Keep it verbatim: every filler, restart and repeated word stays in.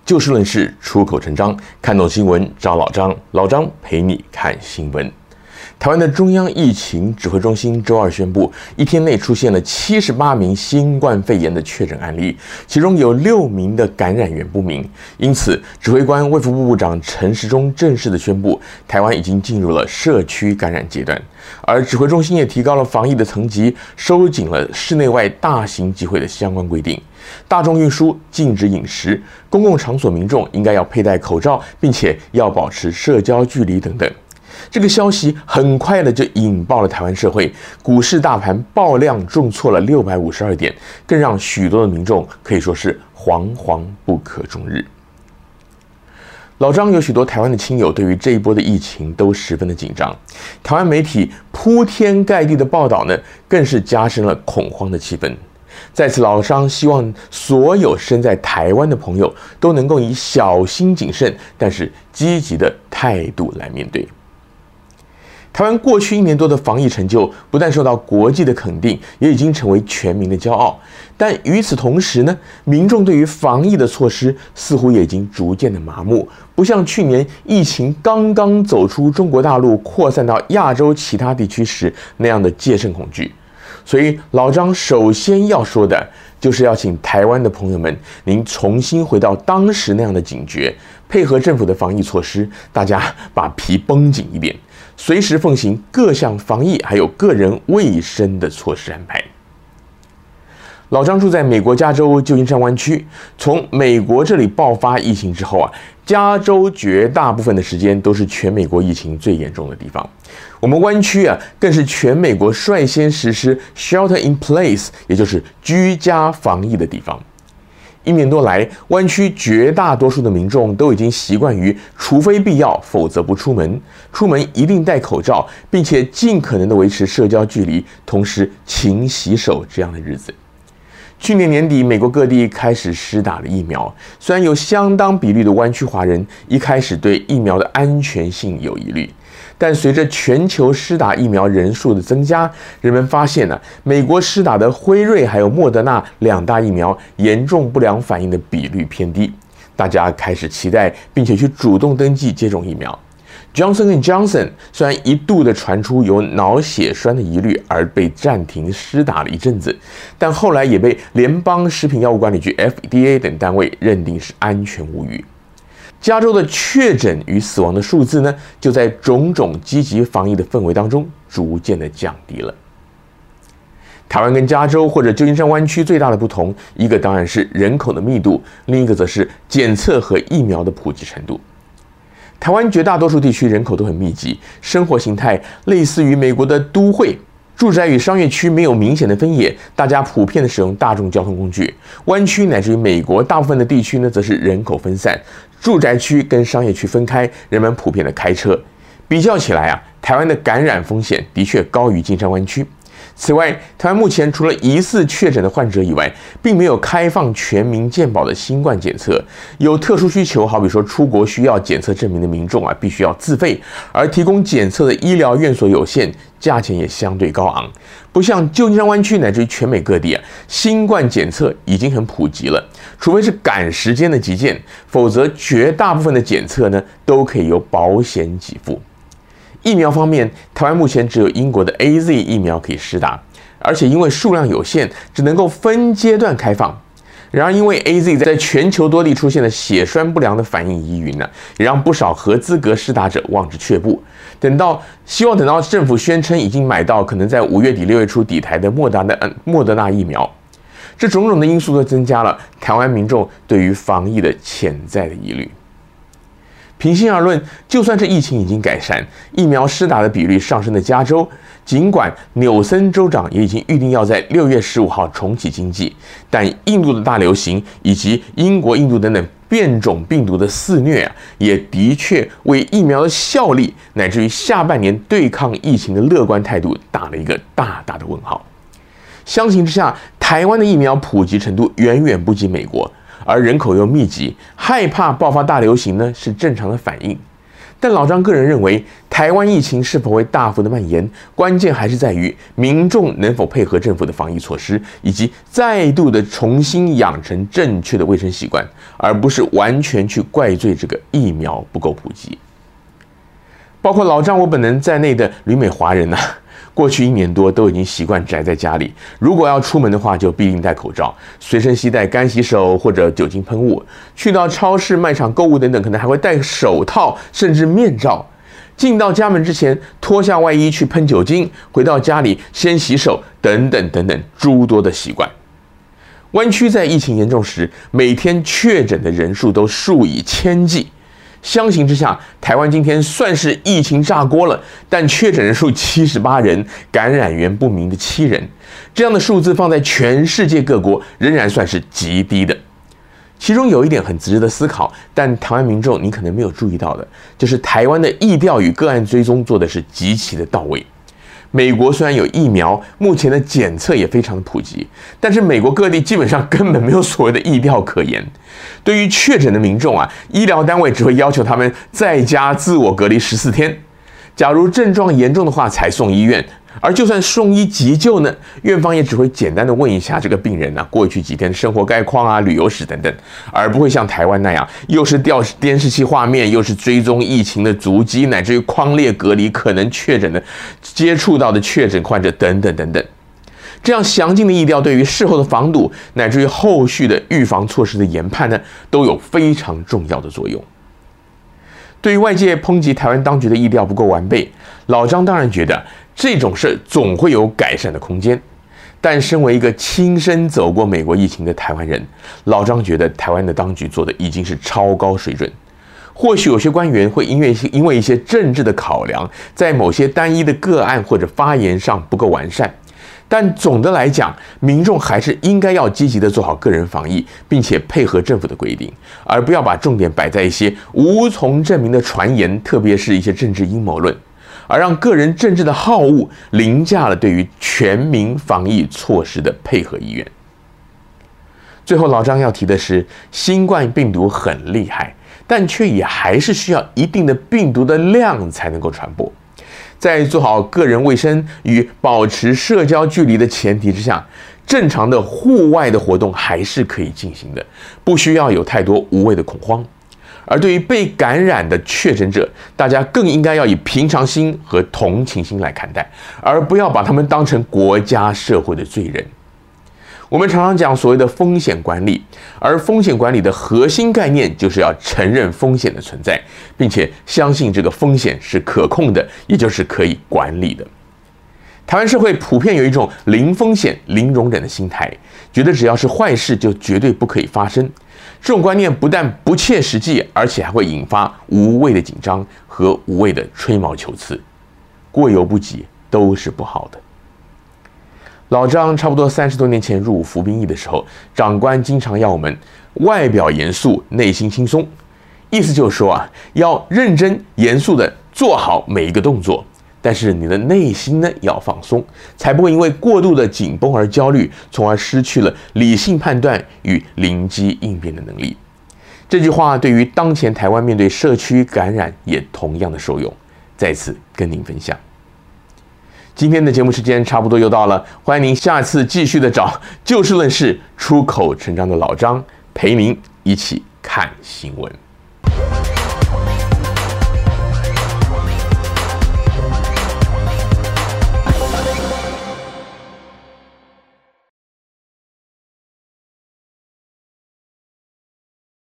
就事论事，出口成章，看懂新闻找老张，老张陪你看新闻。台湾的中央疫情指挥中心周二宣布，一天内出现了七十八名新冠肺炎的确诊案例，其中有六名的感染源不明。因此，指挥官卫福部部长陈时中正式的宣布，台湾已经进入了社区感染阶段。而指挥中心也提高了防疫的层级，收紧了室内外大型集会的相关规定。大众运输禁止饮食，公共场所民众应该要佩戴口罩，并且要保持社交距离等等。这个消息很快的就引爆了台湾社会，股市大盘爆量重挫了六百五十二点，更让许多的民众可以说是惶惶不可终日。老张有许多台湾的亲友对于这一波的疫情都十分的紧张，台湾媒体铺天盖地的报道呢，更是加深了恐慌的气氛。在此，老张希望所有身在台湾的朋友都能够以小心谨慎，但是积极的态度来面对。台湾过去一年多的防疫成就，不但受到国际的肯定，也已经成为全民的骄傲。但与此同时呢，民众对于防疫的措施似乎也已经逐渐的麻木，不像去年疫情刚刚走出中国大陆，扩散到亚洲其他地区时那样的戒慎恐惧。所以，老张首先要说的，就是要请台湾的朋友们，您重新回到当时那样的警觉，配合政府的防疫措施，大家把皮绷紧一点。随时奉行各项防疫还有个人卫生的措施安排。老张住在美国加州旧金山湾区，从美国这里爆发疫情之后啊，加州绝大部分的时间都是全美国疫情最严重的地方。我们湾区啊，更是全美国率先实施 shelter in place， 也就是居家防疫的地方。一年多来，湾区绝大多数的民众都已经习惯于除非必要，否则不出门，出门一定戴口罩，并且尽可能的维持社交距离，同时勤洗手这样的日子。去年年底，美国各地开始施打了疫苗，虽然有相当比例的湾区华人一开始对疫苗的安全性有疑虑，但随着全球施打疫苗人数的增加，人们发现呢、啊，美国施打的辉瑞还有莫德纳两大疫苗严重不良反应的比率偏低，大家开始期待并且去主动登记接种疫苗。Johnson and Johnson 虽然一度的传出有脑血栓的疑虑而被暂停施打了一阵子，但后来也被联邦食品药物管理局 F D A 等单位认定是安全无虞。加州的确诊与死亡的数字呢，就在种种积极防疫的氛围当中逐渐的降低了。台湾跟加州或者旧金山湾区最大的不同，一个当然是人口的密度，另一个则是检测和疫苗的普及程度。台湾绝大多数地区人口都很密集，生活形态类似于美国的都会，住宅与商业区没有明显的分野，大家普遍的使用大众交通工具。湾区乃至于美国大部分的地区呢，则是人口分散，住宅区跟商业区分开，人们普遍的开车。比较起来啊，台湾的感染风险的确高于金山湾区。此外，台湾目前除了疑似确诊的患者以外，并没有开放全民健保的新冠检测。有特殊需求，好比说出国需要检测证明的民众啊，必须要自费，而提供检测的医疗院所有限，价钱也相对高昂。不像旧金山湾区乃至于全美各地啊，新冠检测已经很普及了，除非是赶时间的急件，否则绝大部分的检测呢，都可以由保险给付。疫苗方面，台湾目前只有英国的 A Z 疫苗可以施打，而且因为数量有限，只能够分阶段开放。然而，因为 A Z 在全球多地出现了血栓不良的反应疑云呢，也让不少合资格施打者望之却步。等到希望等到政府宣称已经买到可能在五月底六月初抵台的莫达纳、嗯、莫德纳疫苗，这种种的因素都增加了台湾民众对于防疫的潜在的疑虑。平心而论，就算这疫情已经改善，疫苗施打的比率上升的加州，尽管纽森州长也已经预定要在六月十五号重启经济，但印度的大流行以及英国、印度等等变种病毒的肆虐啊，也的确为疫苗的效力乃至于下半年对抗疫情的乐观态度打了一个大大的问号。相形之下，台湾的疫苗普及程度远远不及美国。而人口又密集，害怕爆发大流行呢是正常的反应。但老张个人认为，台台湾疫情是否会大幅的蔓延，关键还是在于民众能否配合政府的防疫措施，以及再度的重新养成正确的卫生习惯，而不是完全去怪罪这个疫苗不够普及。包括老张我本人在内的旅美华人啊，过去一年多都已经习惯宅在家里，如果要出门的话，就必定戴口罩，随身携带干洗手或者酒精喷雾，去到超市、卖场购物等等，可能还会戴手套甚至面罩。进到家门之前，脱下外衣去喷酒精，回到家里先洗手，等等等等诸多的习惯。湾区在疫情严重时，每天确诊的人数都数以千计。相形之下，台湾今天算是疫情炸锅了，但确诊人数七十八人，感染源不明的七人，这样的数字放在全世界各国仍然算是极低的。其中有一点很值得思考，但台湾民众你可能没有注意到的，就是台湾的疫调与个案追踪做的是极其的到位。美国虽然有疫苗，目前的检测也非常的普及，但是美国各地基本上根本没有所谓的疫调可言。对于确诊的民众啊，医疗单位只会要求他们在家自我隔离十四天，假如症状严重的话才送医院。而就算送医急救呢，院方也只会简单的问一下这个病人啊过去几天的生活概况啊、旅游史等等，而不会像台湾那样，又是调监视器画面，又是追踪疫情的足迹，乃至于匡列隔离可能确诊的、接触到的确诊患者等等等等。这样详尽的疫调对于事后的防堵，乃至于后续的预防措施的研判呢，都有非常重要的作用。对于外界抨击台湾当局的疫调不够完备，老张当然觉得这种事总会有改善的空间。但身为一个亲身走过美国疫情的台湾人，老张觉得台湾的当局做的已经是超高水准。或许有些官员会因为因为一些政治的考量，在某些单一的个案或者发言上不够完善。但总的来讲，民众还是应该要积极的做好个人防疫，并且配合政府的规定，而不要把重点摆在一些无从证明的传言，特别是一些政治阴谋论，而让个人政治的好恶凌驾了对于全民防疫措施的配合意愿。最后，老张要提的是，新冠病毒很厉害，但却也还是需要一定的病毒的量才能够传播。在做好个人卫生与保持社交距离的前提之下，正常的户外的活动还是可以进行的，不需要有太多无谓的恐慌。而对于被感染的确诊者，大家更应该要以平常心和同情心来看待，而不要把他们当成国家社会的罪人。我们常常讲所谓的风险管理，而风险管理的核心概念就是要承认风险的存在，并且相信这个风险是可控的，也就是可以管理的。台湾社会普遍有一种零风险、零容忍的心态，觉得只要是坏事就绝对不可以发生。这种观念不但不切实际，而且还会引发无谓的紧张和无谓的吹毛求疵，过犹不及都是不好的。老张差不多三十多年前入伍服兵役的时候，长官经常要我们外表严肃，内心轻松，意思就是说啊，要认真严肃的做好每一个动作，但是你的内心呢要放松，才不会因为过度的紧绷而焦虑，从而失去了理性判断与灵机应变的能力。这句话对于当前台湾面对社区感染也同样的受用，在此跟您分享。今天的节目时间差不多又到了，欢迎您下次继续的找就事论事、出口成章的老张陪您一起看新闻。